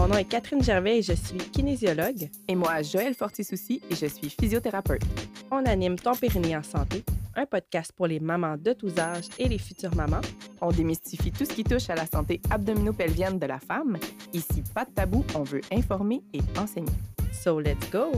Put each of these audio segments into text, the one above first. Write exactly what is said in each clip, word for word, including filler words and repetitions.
Mon nom est Catherine Gervais et je suis kinésiologue. Et moi, Joëlle Fortisouci et je suis physiothérapeute. On anime Ton Périnée en santé, un podcast pour les mamans de tous âges et les futures mamans. On démystifie tout ce qui touche à la santé abdominopelvienne de la femme. Ici, pas de tabou, on veut informer et enseigner. So let's go!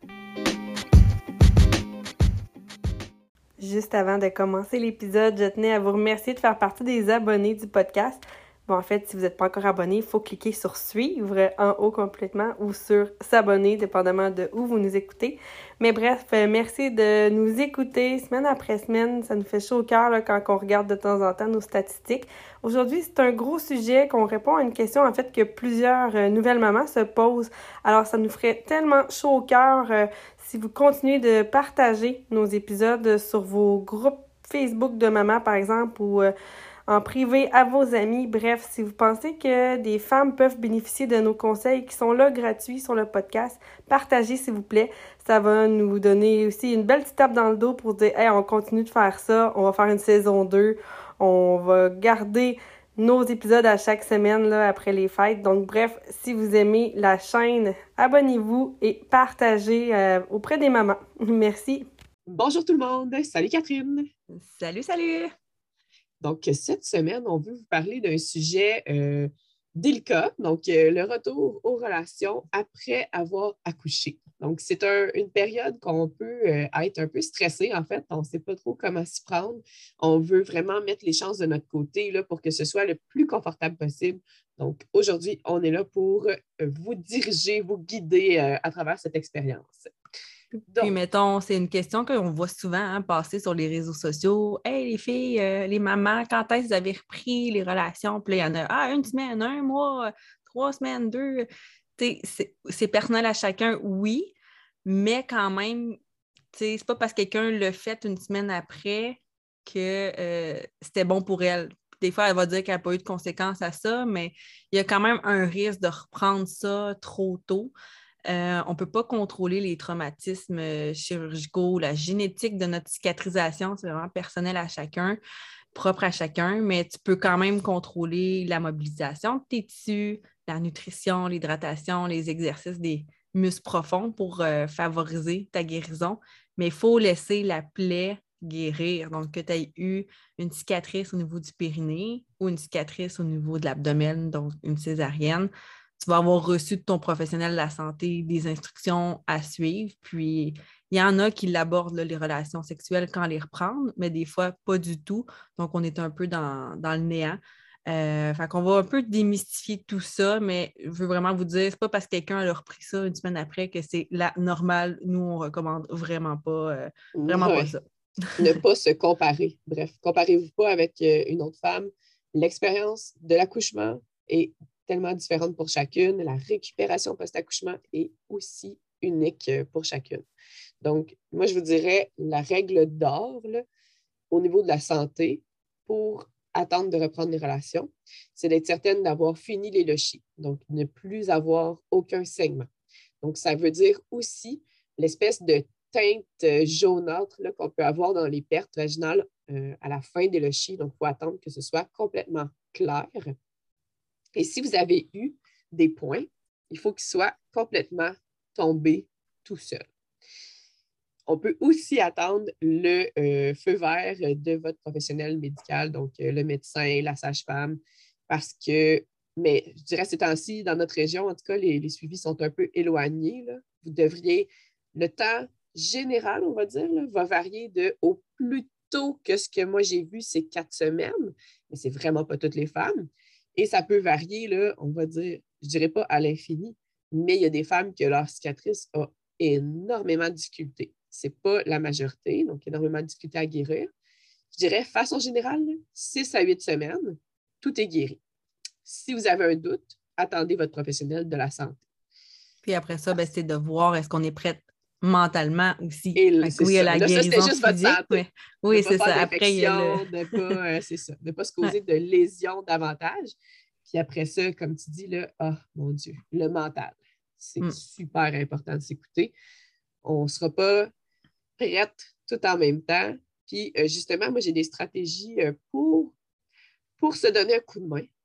Juste avant de commencer l'épisode, je tenais à vous remercier de faire partie des abonnés du podcast. Bon, en fait, si vous n'êtes pas encore abonné, il faut cliquer sur « Suivre » en haut complètement ou sur « S'abonner », dépendamment de où vous nous écoutez. Mais bref, euh, merci de nous écouter semaine après semaine. Ça nous fait chaud au cœur là, quand on regarde de temps en temps nos statistiques. Aujourd'hui, c'est un gros sujet qu'on répond à une question en fait que plusieurs euh, nouvelles mamans se posent. Alors, ça nous ferait tellement chaud au cœur euh, si vous continuez de partager nos épisodes sur vos groupes Facebook de mamans, par exemple, ou euh, en privé à vos amis. Bref, si vous pensez que des femmes peuvent bénéficier de nos conseils qui sont là gratuits sur le podcast, partagez s'il vous plaît. Ça va nous donner aussi une belle petite tape dans le dos pour dire « Hey, on continue de faire ça, on va faire une saison deux, on va garder nos épisodes à chaque semaine là, après les fêtes. » Donc bref, si vous aimez la chaîne, abonnez-vous et partagez euh, auprès des mamans. Merci. Bonjour tout le monde! Salut Catherine! Salut, salut! Donc, cette semaine, on veut vous parler d'un sujet euh, délicat, donc euh, le retour aux relations après avoir accouché. Donc, c'est un, une période qu'on peut euh, être un peu stressé, en fait. On ne sait pas trop comment s'y prendre. On veut vraiment mettre les chances de notre côté là, pour que ce soit le plus confortable possible. Donc, aujourd'hui, on est là pour euh, vous diriger, vous guider euh, à travers cette expérience. Donc, puis, mettons, c'est une question qu'on voit souvent hein, passer sur les réseaux sociaux. « Hey, les filles, euh, les mamans, quand est-ce que vous avez repris les relations? » Puis là, il y en a « Ah, une semaine, un mois, trois semaines, deux. » C'est, c'est personnel à chacun, oui, mais quand même, c'est pas parce que quelqu'un l'a fait une semaine après que euh, c'était bon pour elle. Des fois, elle va dire qu'elle n'a pas eu de conséquences à ça, mais il y a quand même un risque de reprendre ça trop tôt. Euh, on ne peut pas contrôler les traumatismes euh, chirurgicaux, la génétique de notre cicatrisation, c'est vraiment personnel à chacun, propre à chacun, mais tu peux quand même contrôler la mobilisation de tes tissus, la nutrition, l'hydratation, les exercices des muscles profonds pour euh, favoriser ta guérison, mais il faut laisser la plaie guérir. Donc, que tu aies eu une cicatrice au niveau du périnée ou une cicatrice au niveau de l'abdomen, donc une césarienne, tu vas avoir reçu de ton professionnel de la santé des instructions à suivre. Puis, il y en a qui l'abordent, là, les relations sexuelles, quand les reprendre, mais des fois, pas du tout. Donc, on est un peu dans, dans le néant. Euh, fait qu'on va un peu démystifier tout ça, mais je veux vraiment vous dire, c'est pas parce que quelqu'un a repris ça une semaine après que c'est la normale. Nous, on recommande vraiment pas, euh, vraiment ouais. pas ça. Ne pas se comparer. Bref, comparez-vous pas avec euh, une autre femme. L'expérience de l'accouchement est tellement différente pour chacune. La récupération post-accouchement est aussi unique pour chacune. Donc, moi, je vous dirais la règle d'or là, au niveau de la santé pour attendre de reprendre les relations, c'est d'être certaine d'avoir fini les lochies, donc ne plus avoir aucun saignement. Donc, ça veut dire aussi l'espèce de teinte jaunâtre là, qu'on peut avoir dans les pertes vaginales euh, à la fin des lochies. Donc, il faut attendre que ce soit complètement clair. Et si vous avez eu des points, il faut qu'ils soient complètement tombés tout seuls. On peut aussi attendre le euh, feu vert de votre professionnel médical, donc euh, le médecin, la sage-femme, parce que, mais je dirais ces temps-ci, dans notre région, en tout cas, les, les suivis sont un peu éloignés. Là. Vous devriez, le temps général, on va dire, là, va varier de au plus tôt que ce que moi j'ai vu, c'est quatre semaines, mais c'est vraiment pas toutes les femmes. Et ça peut varier, là, on va dire, je ne dirais pas à l'infini, mais il y a des femmes que leur cicatrice a énormément de difficultés. Ce n'est pas la majorité, donc énormément de difficultés à guérir. Je dirais, façon générale, six à huit semaines, tout est guéri. Si vous avez un doute, attendez votre professionnel de la santé. Puis après ça, ben, c'est de voir est-ce qu'on est prête mentalement aussi. Et là, oui, ça. Il y a la là, guérison ça, c'est juste physique, votre santé. Mais... Oui, c'est ça. Après, il y a le... de pas, euh, c'est ça. Ne pas se causer ouais. de lésions davantage. Puis après ça, comme tu dis, là, oh mon Dieu, le mental. C'est mm. super important de s'écouter. On ne sera pas prête tout en même temps. Puis euh, justement, moi, j'ai des stratégies euh, pour, pour se donner un coup de main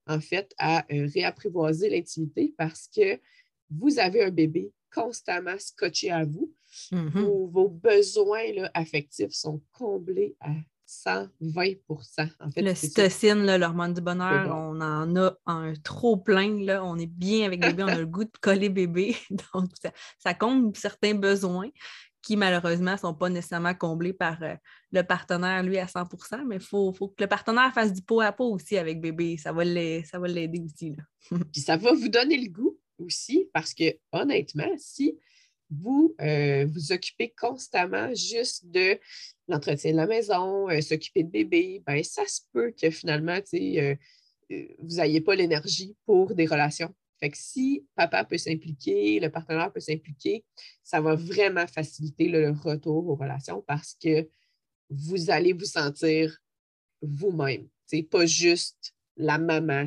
en fait, à euh, réapprivoiser l'intimité parce que vous avez un bébé constamment scotché à vous. Mm-hmm. Vos, vos besoins là, affectifs sont comblés à cent vingt pour cent. En fait, l'ocytocine, l'hormone du bonheur, on en a un trop plein. Là. On est bien avec bébé, on a le goût de coller bébé. Donc, ça, ça comble certains besoins qui, malheureusement, ne sont pas nécessairement comblés par euh, le partenaire, lui, à cent pour cent. Mais il faut, faut que le partenaire fasse du pot à pot aussi avec bébé. Ça va l'aider, ça va l'aider aussi. Là. Puis ça va vous donner le goût aussi parce que, honnêtement, si vous euh, vous occupez constamment juste de l'entretien de la maison, euh, s'occuper de bébé, ben ça se peut que finalement, euh, euh, vous n'ayez pas l'énergie pour des relations. Fait que si papa peut s'impliquer, le partenaire peut s'impliquer, ça va vraiment faciliter là, le retour aux relations parce que vous allez vous sentir vous-même, pas juste la maman.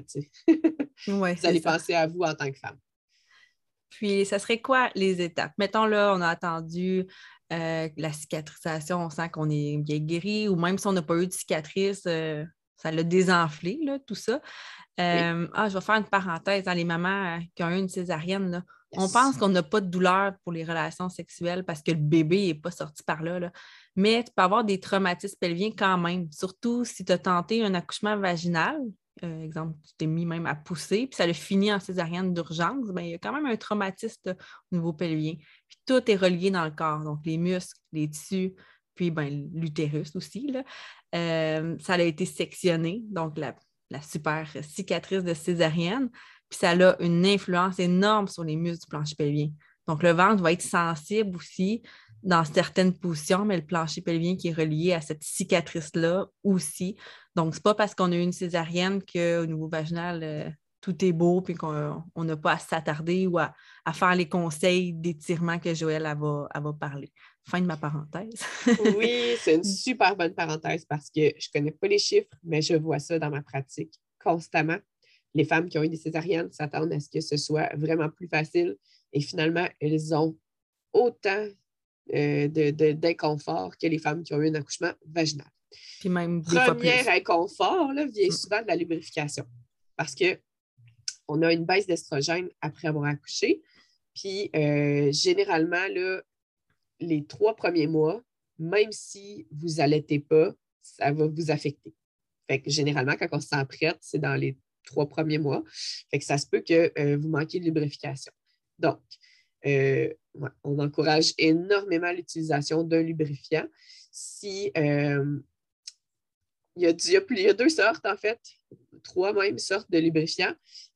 Ouais, vous allez ça. penser à vous en tant que femme. Puis, ça serait quoi les étapes? Mettons là, on a attendu euh, la cicatrisation, on sent qu'on est bien guéri, ou même si on n'a pas eu de cicatrice, euh, ça l'a désenflé, là, tout ça. Euh, oui. Ah, je vais faire une parenthèse dans les mamans qui ont eu une césarienne. Là. Yes. On pense qu'on n'a pas de douleur pour les relations sexuelles parce que le bébé n'est pas sorti par là, là. Mais tu peux avoir des traumatismes pelviens quand même, surtout si tu as tenté un accouchement vaginal. Euh, exemple, tu t'es mis même à pousser, puis ça a fini en césarienne d'urgence, bien, il y a quand même un traumatisme au niveau pelvien. Puis tout est relié dans le corps, donc les muscles, les tissus, puis ben, l'utérus aussi. Là. Euh, ça a été sectionné, donc la, la super cicatrice de césarienne, puis ça a une influence énorme sur les muscles du plancher pelvien. Donc le ventre va être sensible aussi dans certaines positions, mais le plancher pelvien qui est relié à cette cicatrice-là aussi. Donc, ce n'est pas parce qu'on a eu une césarienne qu'au niveau vaginal, euh, tout est beau et qu'on n'a pas à s'attarder ou à, à faire les conseils d'étirement que Joëlle elle va, elle va parler. Fin de ma parenthèse. Oui, c'est une super bonne parenthèse parce que je ne connais pas les chiffres, mais je vois ça dans ma pratique constamment. Les femmes qui ont eu des césariennes s'attendent à ce que ce soit vraiment plus facile et finalement, elles ont autant Euh, de, de, d'inconfort que les femmes qui ont eu un accouchement vaginal. Puis même des Premier fois plus. inconfort là, vient souvent de la lubrification parce qu'on a une baisse d'estrogène après avoir accouché. Puis euh, généralement, là, les trois premiers mois, même si vous n'allaitez pas, ça va vous affecter. Fait que généralement, quand on se sent prête, c'est dans les trois premiers mois. Fait que ça se peut que euh, vous manquiez de lubrification. Donc, Euh, ouais, on encourage énormément l'utilisation d'un lubrifiant. Si, euh, il, y a, il, y a plus, il y a deux sortes, en fait, trois même sortes de lubrifiants.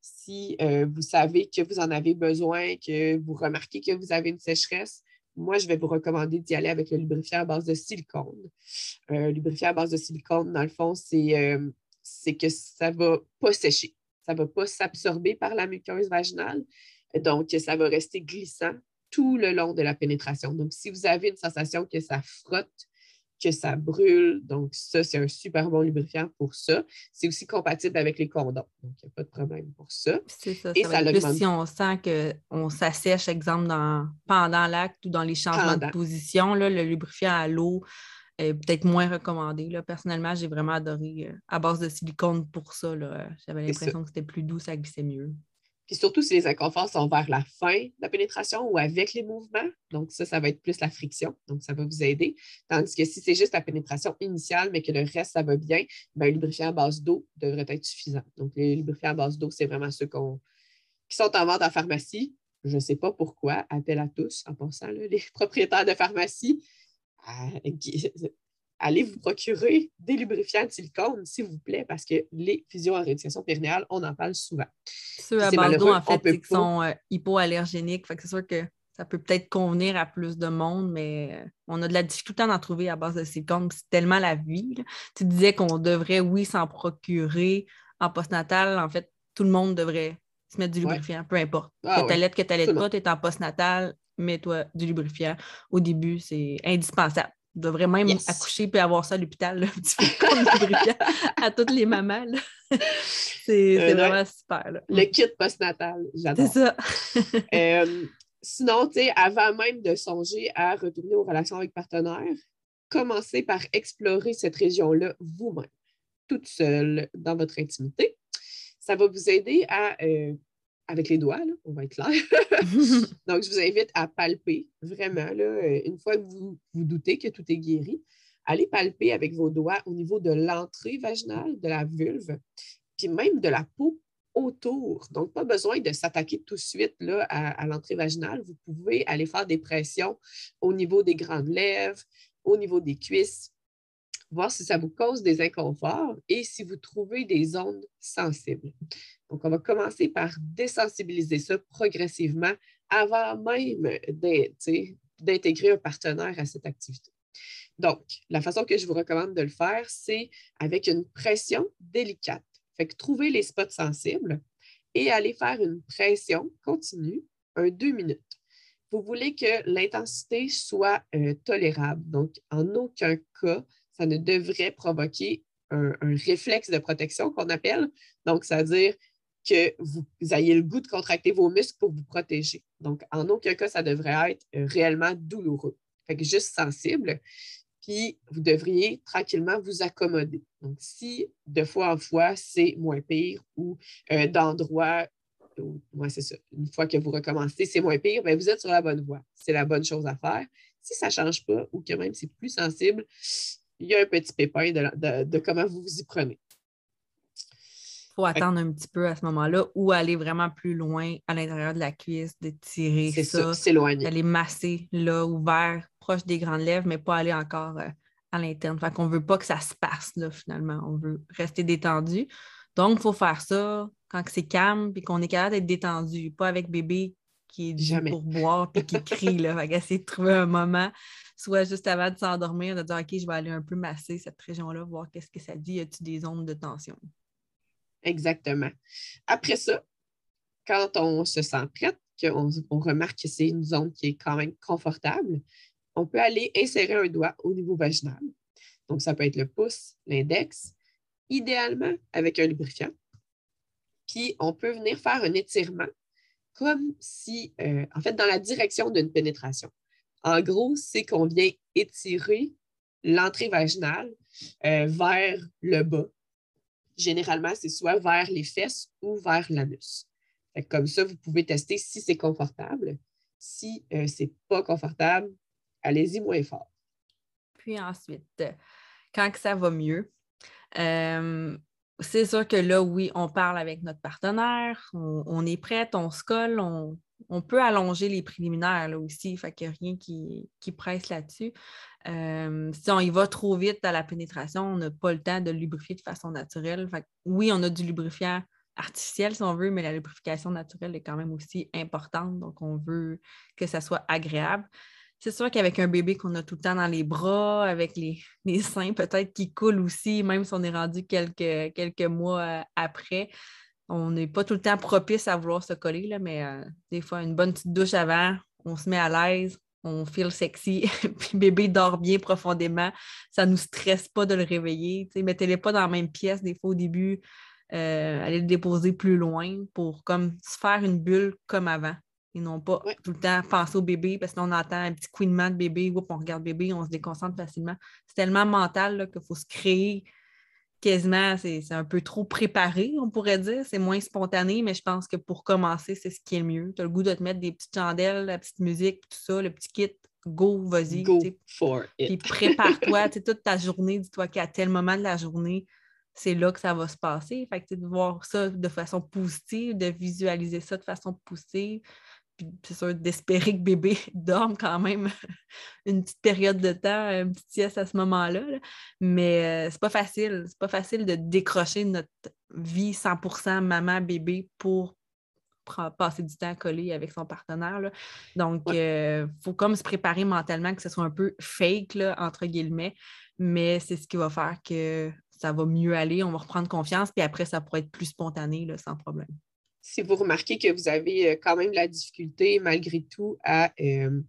Si euh, vous savez que vous en avez besoin, que vous remarquez que vous avez une sécheresse, moi, je vais vous recommander d'y aller avec le lubrifiant à base de silicone. Un euh, lubrifiant à base de silicone, dans le fond, c'est, euh, c'est que ça ne va pas sécher. Ça ne va pas s'absorber par la muqueuse vaginale. Donc, ça va rester glissant tout le long de la pénétration. Donc, si vous avez une sensation que ça frotte, que ça brûle, donc ça, c'est un super bon lubrifiant pour ça. C'est aussi compatible avec les condoms. Donc, il n'y a pas de problème pour ça. C'est ça, Et ça ça va être plus si on sent qu'on s'assèche, exemple, dans, pendant l'acte ou dans les changements pendant. de position, là, le lubrifiant à l'eau est peut-être moins recommandé. Là. Personnellement, j'ai vraiment adoré euh, à base de silicone pour ça. Là. J'avais l'impression que c'était plus doux, ça glissait mieux. Puis surtout si les inconforts sont vers la fin de la pénétration ou avec les mouvements. Donc, ça, ça va être plus la friction. Donc, ça va vous aider. Tandis que si c'est juste la pénétration initiale, mais que le reste, ça va bien, bien, le lubrifiant à base d'eau devrait être suffisant. Donc, les lubrifiants à base d'eau, c'est vraiment ceux qu'on... qui sont en vente en pharmacie. Je ne sais pas pourquoi. Appel à tous, en passant, là, les propriétaires de pharmacie. Euh, allez vous procurer des lubrifiants de silicone, s'il vous plaît, parce que les fusions en rééducation périnéale, on en parle souvent. Ceux à base d'eau, en fait, c'est qu'ils sont euh, hypoallergéniques. Fait que c'est sûr que ça peut peut-être convenir à plus de monde, mais on a de la difficulté à en trouver à base de silicone. C'est tellement la vie. Là. Tu disais qu'on devrait, oui, s'en procurer en postnatal. En fait, tout le monde devrait se mettre du lubrifiant, ouais. Peu importe. Ah, que tu allaites, ouais. que tu n'allaites pas, tu es en postnatal, mets-toi du lubrifiant. Au début, c'est indispensable. On devrait même yes. accoucher puis avoir ça à l'hôpital, là, un petit peu comme lubrifiant à toutes les mamans. Là. c'est, c'est euh, vraiment ouais. super. Là. Le kit postnatal, j'adore. C'est ça. euh, sinon, tu sais, avant même de songer à retourner aux relations avec partenaires, commencez par explorer cette région-là vous-même, toute seule, dans votre intimité. Ça va vous aider à, euh, avec les doigts, là, on va être clair. Donc, je vous invite à palper, vraiment, là, une fois que vous vous doutez que tout est guéri, allez palper avec vos doigts au niveau de l'entrée vaginale, de la vulve, puis même de la peau autour. Donc, pas besoin de s'attaquer tout de suite là, à, à l'entrée vaginale. Vous pouvez aller faire des pressions au niveau des grandes lèvres, au niveau des cuisses, voir si ça vous cause des inconforts et si vous trouvez des zones sensibles. Donc, on va commencer par désensibiliser ça progressivement avant même d'intégrer un partenaire à cette activité. Donc, la façon que je vous recommande de le faire, c'est avec une pression délicate. Fait que trouvez les spots sensibles et allez faire une pression continue, un deux minutes. Vous voulez que l'intensité soit euh, tolérable. Donc, en aucun cas, ça ne devrait provoquer un, un réflexe de protection qu'on appelle. Donc, c'est-à-dire que vous, vous ayez le goût de contracter vos muscles pour vous protéger. Donc, en aucun cas, ça devrait être euh, réellement douloureux. Fait que juste sensible. Puis, vous devriez tranquillement vous accommoder. Donc, si de fois en fois, c'est moins pire ou euh, d'endroit, moi, c'est ça, une fois que vous recommencez, c'est moins pire, bien, vous êtes sur la bonne voie. C'est la bonne chose à faire. Si ça ne change pas ou que même c'est plus sensible, il y a un petit pépin de, de, de comment vous vous y prenez. Il faut attendre un petit peu à ce moment-là ou aller vraiment plus loin à l'intérieur de la cuisse, de tirer c'est ça, ça s'éloigner. d'aller masser là, ouvert, proche des grandes lèvres, mais pas aller encore euh, à l'interne. Fait qu'on ne veut pas que ça se passe, là, finalement. On veut rester détendu. Donc, il faut faire ça quand c'est calme et qu'on est capable d'être détendu, pas avec bébé qui est dû Jamais. pour boire et qui crie. Là. Fait qu'essayer de trouver un moment, soit juste avant de s'endormir, de dire « OK, je vais aller un peu masser cette région-là, voir qu'est-ce que ça dit. Y a-t-il des zones de tension? » Exactement. Après ça, quand on se sent prête, qu'on on remarque que c'est une zone qui est quand même confortable, on peut aller insérer un doigt au niveau vaginal. Donc, ça peut être le pouce, l'index, idéalement avec un lubrifiant. Puis, on peut venir faire un étirement comme si, euh, en fait, dans la direction d'une pénétration. En gros, c'est qu'on vient étirer l'entrée vaginale euh, vers le bas. Généralement, c'est soit vers les fesses ou vers l'anus. Fait que comme ça, vous pouvez tester si c'est confortable. Si euh, ce n'est pas confortable, allez-y moins fort. Puis ensuite, quand que ça va mieux, euh, c'est sûr que là, oui, on parle avec notre partenaire, on, on est prête, on se colle, on, on peut allonger les préliminaires là aussi, fait qu'il n'y a rien qui, qui presse là-dessus. Euh, si on y va trop vite à la pénétration, on n'a pas le temps de lubrifier de façon naturelle. Fait que, oui, on a du lubrifiant artificiel si on veut, mais la lubrification naturelle est quand même aussi importante, donc on veut que ça soit agréable. C'est sûr qu'avec un bébé qu'on a tout le temps dans les bras, avec les, les seins peut-être qui coulent aussi, même si on est rendu quelques, quelques mois euh, après, on n'est pas tout le temps propice à vouloir se coller, là, mais euh, des fois, une bonne petite douche avant, on se met à l'aise, on feel sexy, puis bébé dort bien profondément, ça ne nous stresse pas de le réveiller. T'sais, mettez-les pas dans la même pièce, des fois au début, euh, allez le déposer plus loin pour comme se faire une bulle comme avant. Et non pas ouais. tout le temps penser au bébé parce qu'on entend un petit couinement de bébé, oups, on regarde bébé, on se déconcentre facilement. C'est tellement mental là, qu'il faut se créer quasiment, c'est, c'est un peu trop préparé, on pourrait dire. C'est moins spontané, mais je pense que pour commencer, c'est ce qui est le mieux. Tu as le goût de te mettre des petites chandelles, la petite musique, tout ça, le petit kit, go, vas-y. Go t'sais. for it. Puis prépare-toi, toute ta journée, dis-toi qu'à tel moment de la journée, c'est là que ça va se passer. Fait que de voir ça de façon positive, de visualiser ça de façon positive. Puis c'est sûr d'espérer que bébé dorme quand même une petite période de temps, une petite sieste à ce moment-là. Là. Mais euh, c'est pas facile. C'est pas facile de décrocher notre vie cent pour cent maman-bébé pour passer du temps collé avec son partenaire. Là. Donc, il ouais. euh, faut comme se préparer mentalement que ce soit un peu fake, là, entre guillemets, mais c'est ce qui va faire que ça va mieux aller, on va reprendre confiance, puis après, ça pourrait être plus spontané, là, sans problème. Si vous remarquez que vous avez quand même la difficulté, malgré tout, à, euh,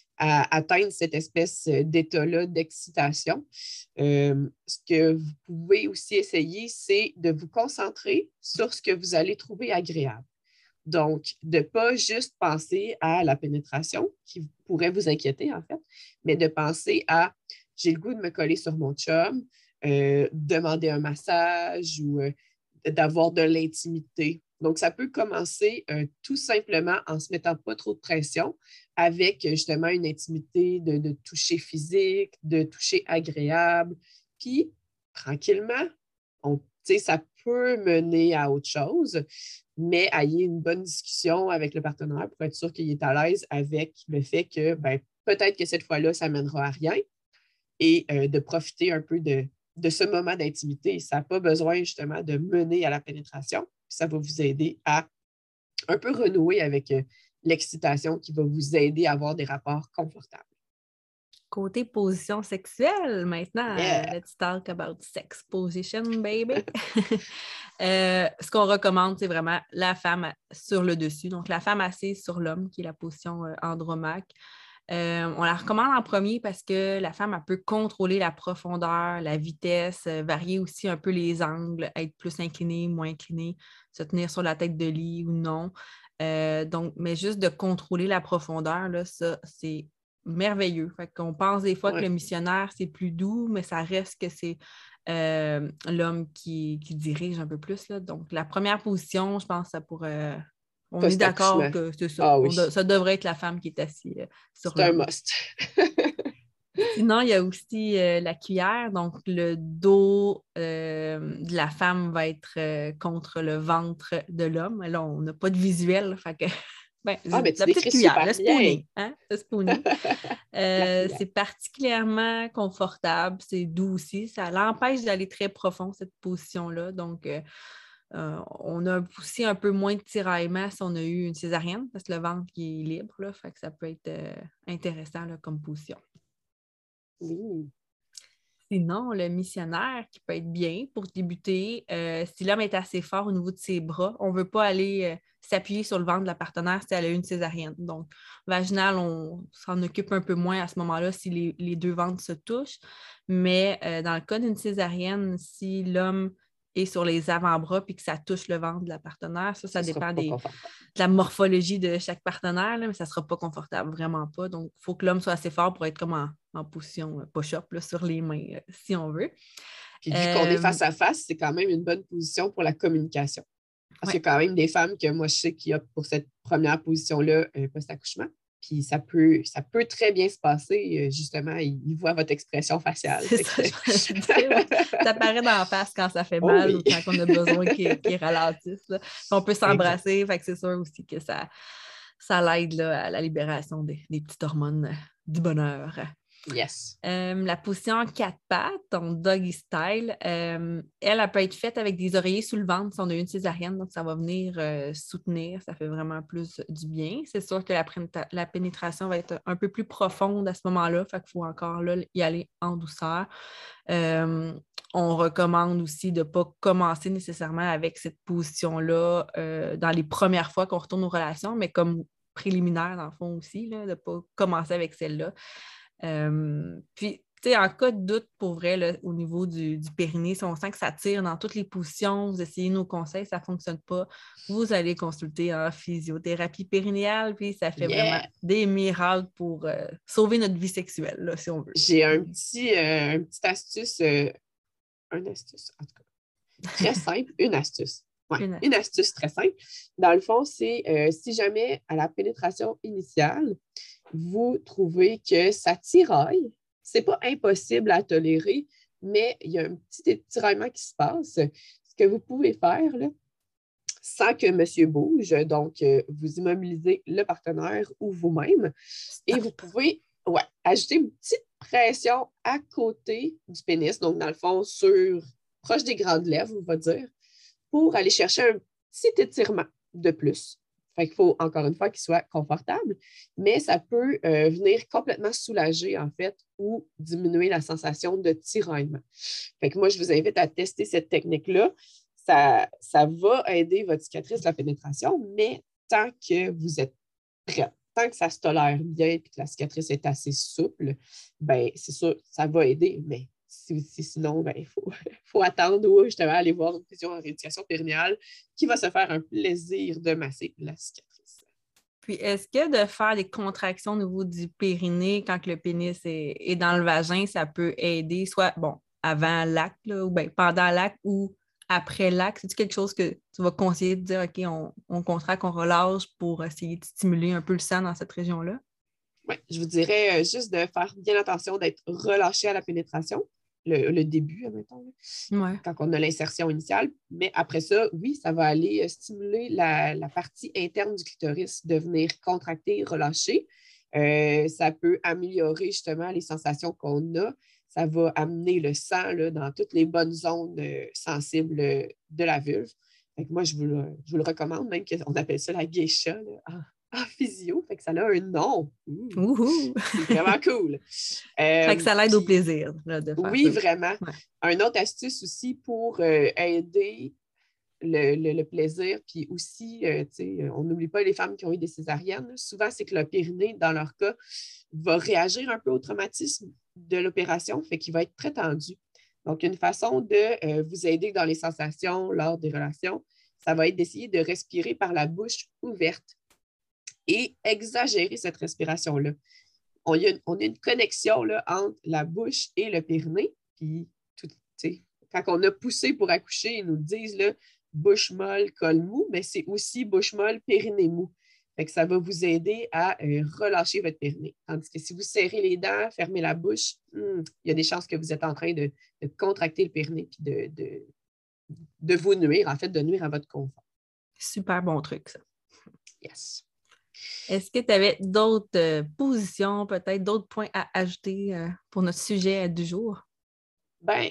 à atteindre cette espèce d'état-là d'excitation, euh, ce que vous pouvez aussi essayer, c'est de vous concentrer sur ce que vous allez trouver agréable. Donc, de ne pas juste penser à la pénétration, qui pourrait vous inquiéter, en fait, mais de penser à « j'ai le goût de me coller sur mon chum », euh, demander un massage ou euh, d'avoir de l'intimité. Donc, ça peut commencer euh, tout simplement en ne se mettant pas trop de pression avec justement une intimité de, de toucher physique, de toucher agréable. Puis, tranquillement, on, ça peut mener à autre chose, mais ayez une bonne discussion avec le partenaire pour être sûr qu'il est à l'aise avec le fait que ben, peut-être que cette fois-là, ça ne mènera à rien et euh, de profiter un peu de, de ce moment d'intimité. Ça n'a pas besoin justement de mener à la pénétration. Ça va vous aider à un peu renouer avec euh, l'excitation qui va vous aider à avoir des rapports confortables. Côté position sexuelle, maintenant, Yeah. uh, let's talk about sex position, baby. euh, ce qu'on recommande, c'est vraiment la femme sur le dessus. Donc, la femme assise sur l'homme, qui est la position euh, andromaque. Euh, on la recommande en premier parce que la femme, elle peut contrôler la profondeur, la vitesse, euh, varier aussi un peu les angles, être plus inclinée, moins inclinée, se tenir sur la tête de lit ou non. Euh, donc, mais juste de contrôler la profondeur, là, ça, c'est merveilleux. Fait qu'on pense des fois ouais. que le missionnaire, c'est plus doux, mais ça reste que c'est euh, l'homme qui, qui dirige un peu plus. Là. Donc, la première position, je pense que ça pourrait... On est d'accord que c'est ça. Ah, oui. de, ça devrait être la femme qui est assise euh, sur c'est l'homme. C'est un must. Sinon, il y a aussi euh, la cuillère. Donc, le dos euh, de la femme va être euh, contre le ventre de l'homme. Là, on n'a pas de visuel. Fait que... Ben, ah, mais tu la petite cuillère, le spooning. Hein? Le spooning. euh, c'est particulièrement confortable, c'est doux aussi. Ça l'empêche d'aller très profond, cette position-là. Donc, euh, euh, on a aussi un peu moins de tiraillement si on a eu une césarienne, parce que le ventre qui est libre, là, fait que ça peut être euh, intéressant là, comme position. Oui. Sinon, le missionnaire qui peut être bien pour débuter, euh, si l'homme est assez fort au niveau de ses bras, on ne veut pas aller euh, s'appuyer sur le ventre de la partenaire si elle a eu une césarienne. Donc, vaginal, on s'en occupe un peu moins à ce moment-là si les, les deux ventres se touchent. Mais euh, dans le cas d'une césarienne, si l'homme est sur les avant-bras puis que ça touche le ventre de la partenaire, ça, ça, ça dépend des, de la morphologie de chaque partenaire, là, mais ça ne sera pas confortable, vraiment pas. Donc, il faut que l'homme soit assez fort pour être comme en, en position euh, push-up là, sur les mains, euh, si on veut. Puis vu euh, qu'on est face à face, c'est quand même une bonne position pour la communication. Parce ouais. qu'il y a quand même des femmes que moi, je sais qu'il y a pour cette première position-là un post-accouchement. Puis ça peut, ça peut très bien se passer, justement, ils il voient votre expression faciale. C'est ça, je veux dire, ça paraît dans la face quand ça fait mal oh oui. ou quand on a besoin qu'il, qu'il ralentisse. Là. On peut s'embrasser, fait que c'est sûr aussi que ça, ça l'aide là, à la libération des, des petites hormones du bonheur. Yes. Euh, la position en quatre pattes, donc doggy style, euh, elle, elle peut être faite avec des oreillers sous le ventre si on a eu une césarienne, donc ça va venir euh, soutenir, ça fait vraiment plus du bien. C'est sûr que la, pénétra- la pénétration va être un peu plus profonde à ce moment-là, fait qu'il faut encore là, y aller en douceur. Euh, on recommande aussi de ne pas commencer nécessairement avec cette position-là euh, dans les premières fois qu'on retourne aux relations, mais comme préliminaire dans le fond aussi, là, de ne pas commencer avec celle-là. Euh, puis, tu sais, en cas de doute, pour vrai, là, au niveau du, du périnée, si on sent que ça tire dans toutes les positions, vous essayez nos conseils, ça ne fonctionne pas, vous allez consulter en physiothérapie périnéale, puis ça fait yeah. vraiment des miracles pour euh, sauver notre vie sexuelle, là, si on veut. J'ai un petit, euh, un petit astuce, euh, un astuce, en tout cas, très simple, une astuce. Ouais, une, astuce. une astuce très simple. Dans le fond, c'est euh, si jamais à la pénétration initiale, vous trouvez que ça tiraille, c'est pas impossible à tolérer, mais il y a un petit tiraillement qui se passe. Ce que vous pouvez faire, là, sans que monsieur bouge, donc euh, vous immobilisez le partenaire ou vous-même, et vous pouvez ouais, ajouter une petite pression à côté du pénis, donc dans le fond, sur proche des grandes lèvres, on va dire, pour aller chercher un petit étirement de plus. Fait qu'il faut, encore une fois, qu'il soit confortable, mais ça peut euh, venir complètement soulager, en fait, ou diminuer la sensation de tiraillement. Fait que moi, je vous invite à tester cette technique-là. Ça, ça va aider votre cicatrice de la pénétration, mais tant que vous êtes prêt, tant que ça se tolère bien et que la cicatrice est assez souple, bien, c'est sûr, ça va aider, mais Si, si, sinon, ben, il faut, faut attendre ou justement aller voir une physio en rééducation périnéale qui va se faire un plaisir de masser la cicatrice. Puis, est-ce que de faire des contractions au niveau du périnée quand le pénis est, est dans le vagin, ça peut aider, soit bon, avant l'acte, là, ou bien pendant l'acte ou après l'acte? C'est-tu quelque chose que tu vas conseiller de dire, OK, on, on contracte, on relâche pour essayer de stimuler un peu le sang dans cette région-là? Oui, je vous dirais euh, juste de faire bien attention d'être relâché à la pénétration, le, le début, admettons, Ouais. quand on a l'insertion initiale. Mais après ça, oui, ça va aller euh, stimuler la, la partie interne du clitoris, de venir contracter, relâcher. Euh, ça peut améliorer justement les sensations qu'on a. Ça va amener le sang là, dans toutes les bonnes zones euh, sensibles euh, de la vulve. Fait que moi, je vous, le, je vous le recommande, même qu'on appelle ça la geisha là, en, en physio. Fait que ça a un nom. Mmh. Wouhou! C'est vraiment cool. Euh, fait que ça l'aide puis, au plaisir là, de faire oui, ça. vraiment. Ouais. Un autre astuce aussi pour euh, aider le, le, le plaisir, puis aussi, euh, on n'oublie pas les femmes qui ont eu des césariennes. Là. Souvent, c'est que le périnée, dans leur cas, va réagir un peu au traumatisme de l'opération, fait qu'il va être très tendu. Donc, une façon de euh, vous aider dans les sensations lors des relations, ça va être d'essayer de respirer par la bouche ouverte et exagérer cette respiration-là. On a, une, on a une connexion là, entre la bouche et le périnée. Puis, tout, quand on a poussé pour accoucher, ils nous disent là, bouche molle, col mou, mais c'est aussi bouche molle, périnée mou. Fait que ça va vous aider à euh, relâcher votre périnée. Tandis que si vous serrez les dents, fermez la bouche, hmm, il y a des chances que vous êtes en train de, de contracter le périnée puis de, de, de vous nuire, en fait, de nuire à votre confort. Super bon truc, ça. Yes. Est-ce que tu avais d'autres euh, positions, peut-être d'autres points à ajouter euh, pour notre sujet du jour? Ben,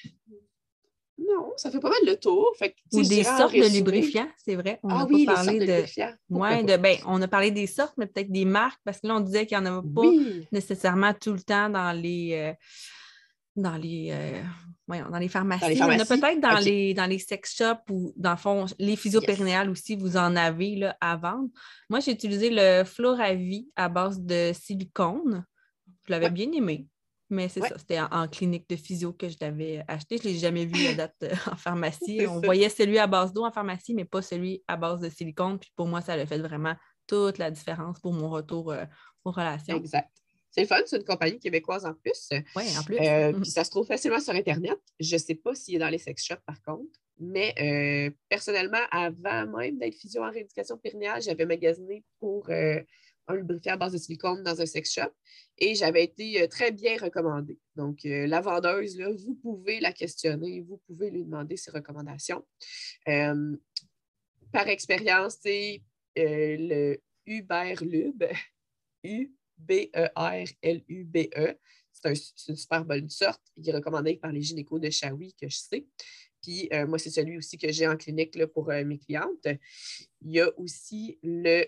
non, ça fait pas mal le tour. Fait que, Ou des sortes de lubrifiants, c'est vrai. On ah a oui, pas les sortes parlé de de... lubrifiants. Ouais, de... Ben, on a parlé des sortes, mais peut-être des marques, parce que là, on disait qu'il n'y en avait pas oui. nécessairement tout le temps dans les... Euh... dans les, euh, voyons, dans les pharmacies. Dans les pharmacies? Il y en a peut-être dans, okay. les, dans les sex shops ou, dans le fond, les physiopérinéales yes. aussi, vous en avez là, à vendre. Moi, j'ai utilisé le Floravie à base de silicone. Je l'avais ouais. bien aimé, mais c'est ouais. ça. C'était en, en clinique de physio que je l'avais acheté. Je ne l'ai jamais vu à date euh, en pharmacie. On ça. voyait celui à base d'eau en pharmacie, mais pas celui à base de silicone. Puis pour moi, ça a fait vraiment toute la différence pour mon retour euh, aux relations. Exact. C'est le fun, c'est une compagnie québécoise en plus. Oui, en plus. Euh, mm-hmm. Puis ça se trouve facilement sur Internet. Je ne sais pas s'il est dans les sex shops, par contre. Mais euh, personnellement, avant même d'être physio en rééducation périnéale, j'avais magasiné pour euh, un lubrifiant à base de silicone dans un sex shop et j'avais été euh, très bien recommandée. Donc, euh, la vendeuse, là, vous pouvez la questionner, vous pouvez lui demander ses recommandations. Euh, par expérience, c'est euh, le Uberlube, U B E R L U B E. C'est, un, c'est une super bonne sorte. Il est recommandé par les gynécos de Shawi, que je sais. Puis euh, moi, c'est celui aussi que j'ai en clinique là, pour euh, mes clientes. Il y a aussi le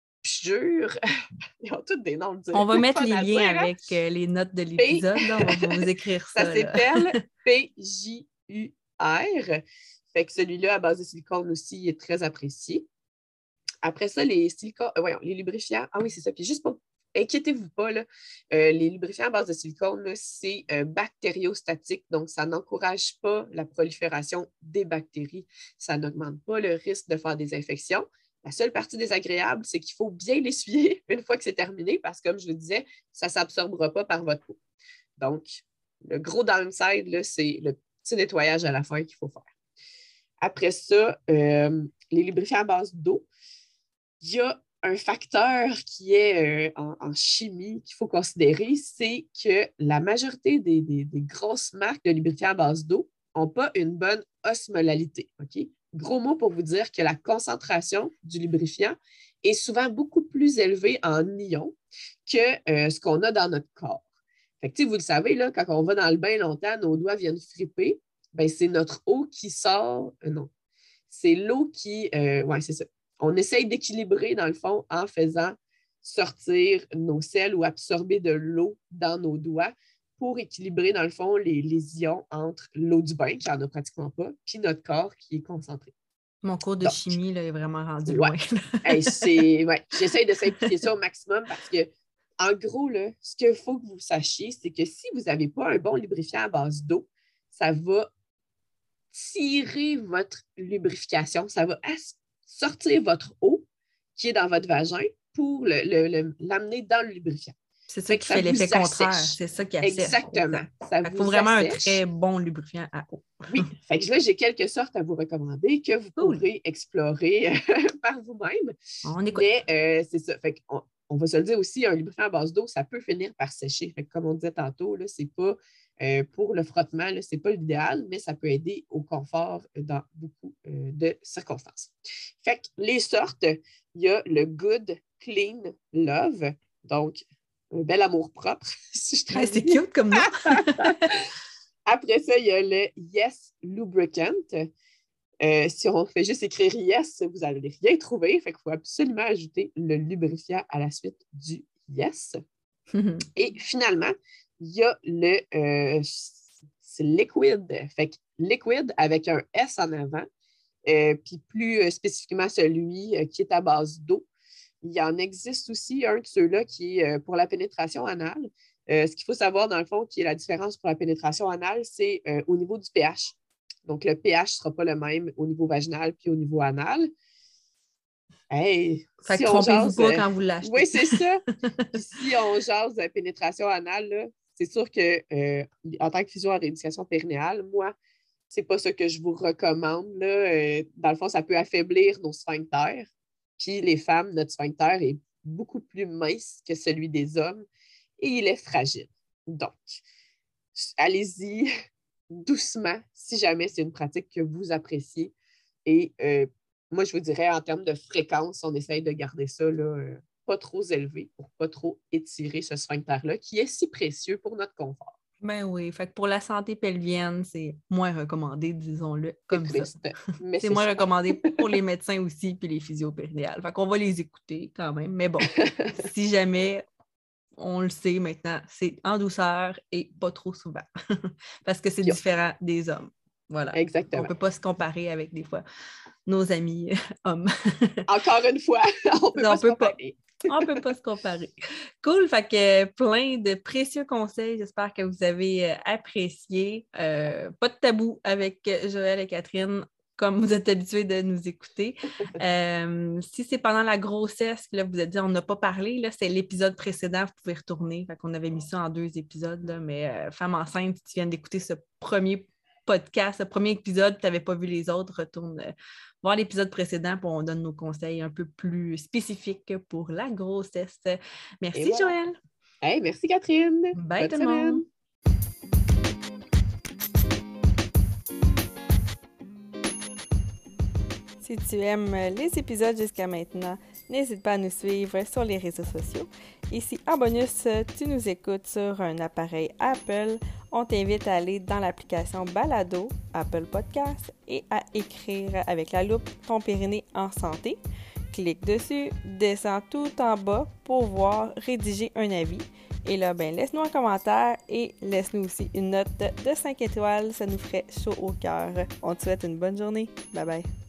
Pjure. Ils ont tous des noms de On va mettre les liens dire, avec hein? euh, les notes de l'épisode. P... On va vous écrire ça. Ça s'appelle P J U R. Fait que celui-là, à base de silicone aussi, il est très apprécié. Après ça, les silicones, euh, voyons, les lubrifiants. Ah oui, c'est ça. Puis juste pour inquiétez-vous pas, là, euh, les lubrifiants à base de silicone, là, c'est euh, bactériostatique, donc ça n'encourage pas la prolifération des bactéries. Ça n'augmente pas le risque de faire des infections. La seule partie désagréable, c'est qu'il faut bien l'essuyer une fois que c'est terminé parce que, comme je vous disais, ça ne s'absorbera pas par votre peau. Donc, le gros downside, là, c'est le petit nettoyage à la fin qu'il faut faire. Après ça, euh, les lubrifiants à base d'eau, il y a un facteur qui est euh, en, en chimie qu'il faut considérer, c'est que la majorité des, des, des grosses marques de lubrifiants à base d'eau n'ont pas une bonne osmolalité. Okay? Gros mot pour vous dire que la concentration du lubrifiant est souvent beaucoup plus élevée en ions que euh, ce qu'on a dans notre corps. Fait que, vous le savez, là, quand on va dans le bain longtemps, nos doigts viennent fripper, ben, c'est notre eau qui sort. Euh, non, c'est l'eau qui. Euh, oui, c'est ça. On essaye d'équilibrer, dans le fond, en faisant sortir nos selles ou absorber de l'eau dans nos doigts pour équilibrer, dans le fond, les, les ions entre l'eau du bain, qui n'en a pratiquement pas, puis notre corps qui est concentré. Mon cours de Donc, chimie là, est vraiment rendu ouais. loin. hey, c'est, ouais, j'essaie de simplifier ça au maximum parce que, en gros, là, ce qu'il faut que vous sachiez, c'est que si vous n'avez pas un bon lubrifiant à base d'eau, ça va tirer votre lubrification, ça va as- sortir votre eau qui est dans votre vagin pour le, le, le, l'amener dans le lubrifiant. C'est ça qui fait l'effet contraire. C'est ça qui assèche. Exactement. Ça il faut vraiment assèche. Un très bon lubrifiant à eau. Oui. Fait que là, j'ai quelques sortes à vous recommander que vous cool. pourrez explorer par vous-même. On écoute. Mais euh, c'est ça. Fait qu'on on va se le dire aussi, un lubrifiant à base d'eau, ça peut finir par sécher. Fait que comme on disait tantôt, là, c'est pas euh, pour le frottement, ce n'est pas l'idéal, mais ça peut aider au confort dans beaucoup euh, de circonstances. Fait que les sortes, il y a le Good Clean Love, donc un bel amour propre, si je traduis. C'est cute comme nom. Après ça, il y a le Yes Lubricant. Euh, si on fait juste écrire Yes, vous n'allez rien trouver. Fait qu'il faut absolument ajouter le lubrifiant à la suite du Yes. Et finalement, il y a le euh, c'est Liquid. Fait que Liquid avec un S en avant, euh, puis plus euh, spécifiquement celui euh, qui est à base d'eau. Il y en existe aussi un de ceux-là qui est euh, pour la pénétration anale. Euh, ce qu'il faut savoir, dans le fond, qui est la différence pour la pénétration anale, c'est euh, au niveau du pH. Donc, le pH ne sera pas le même au niveau vaginal puis au niveau anal. Hey, fait si que trompez-vous pas quand vous l'achetez. Oui, c'est ça. Puis si on jase de pénétration anale, là, c'est sûr que euh, en tant que physio en rééducation périnéale, moi, c'est pas ça que je vous recommande. Là. Euh, dans le fond, ça peut affaiblir nos sphincters. Puis les femmes, notre sphincter est beaucoup plus mince que celui des hommes et il est fragile. Donc, allez-y doucement si jamais c'est une pratique que vous appréciez. Et euh, moi, je vous dirais, en termes de fréquence, on essaye de garder ça là, euh, pas trop élevé pour pas trop étirer ce sphincter-là qui est si précieux pour notre confort. Ben oui, fait que pour la santé pelvienne, c'est moins recommandé, disons-le, comme ça. Mais c'est, c'est moins ça. recommandé pour les médecins aussi puis les physiopérinéales. Fait qu'on va les écouter quand même. Mais bon, si jamais on le sait maintenant, c'est en douceur et pas trop souvent. Parce que c'est Yo. différent des hommes. Voilà. Exactement. On ne peut pas se comparer avec des fois nos amis hommes. Encore une fois, on peut non, pas on se peut comparer. Pas. On ne peut pas se comparer. Cool, fait que plein de précieux conseils. J'espère que vous avez apprécié. Euh, pas de tabou avec Joëlle et Catherine, comme vous êtes habitués de nous écouter. Euh, si c'est pendant la grossesse que là, vous êtes dit on n'a pas parlé, là, c'est l'épisode précédent, vous pouvez retourner. Fait qu'on avait mis ça en deux épisodes, là, mais euh, femme enceinte, si tu viens d'écouter ce premier podcast, ce premier épisode, tu n'avais pas vu les autres, retourne euh, voir l'épisode précédent pour on donne nos conseils un peu plus spécifiques pour la grossesse. Merci voilà. Joëlle. Hey, merci Catherine. Bye Bonne tout le monde. Si tu aimes les épisodes jusqu'à maintenant, n'hésite pas à nous suivre sur les réseaux sociaux. Et si en bonus, tu nous écoutes sur un appareil Apple, on t'invite à aller dans l'application Balado, Apple Podcast, et à écrire avec la loupe ton périnée en santé. Clique dessus, descends tout en bas pour voir rédiger un avis. Et là, ben, laisse-nous un commentaire et laisse-nous aussi une note de cinq étoiles. Ça nous ferait chaud au cœur. On te souhaite une bonne journée. Bye bye.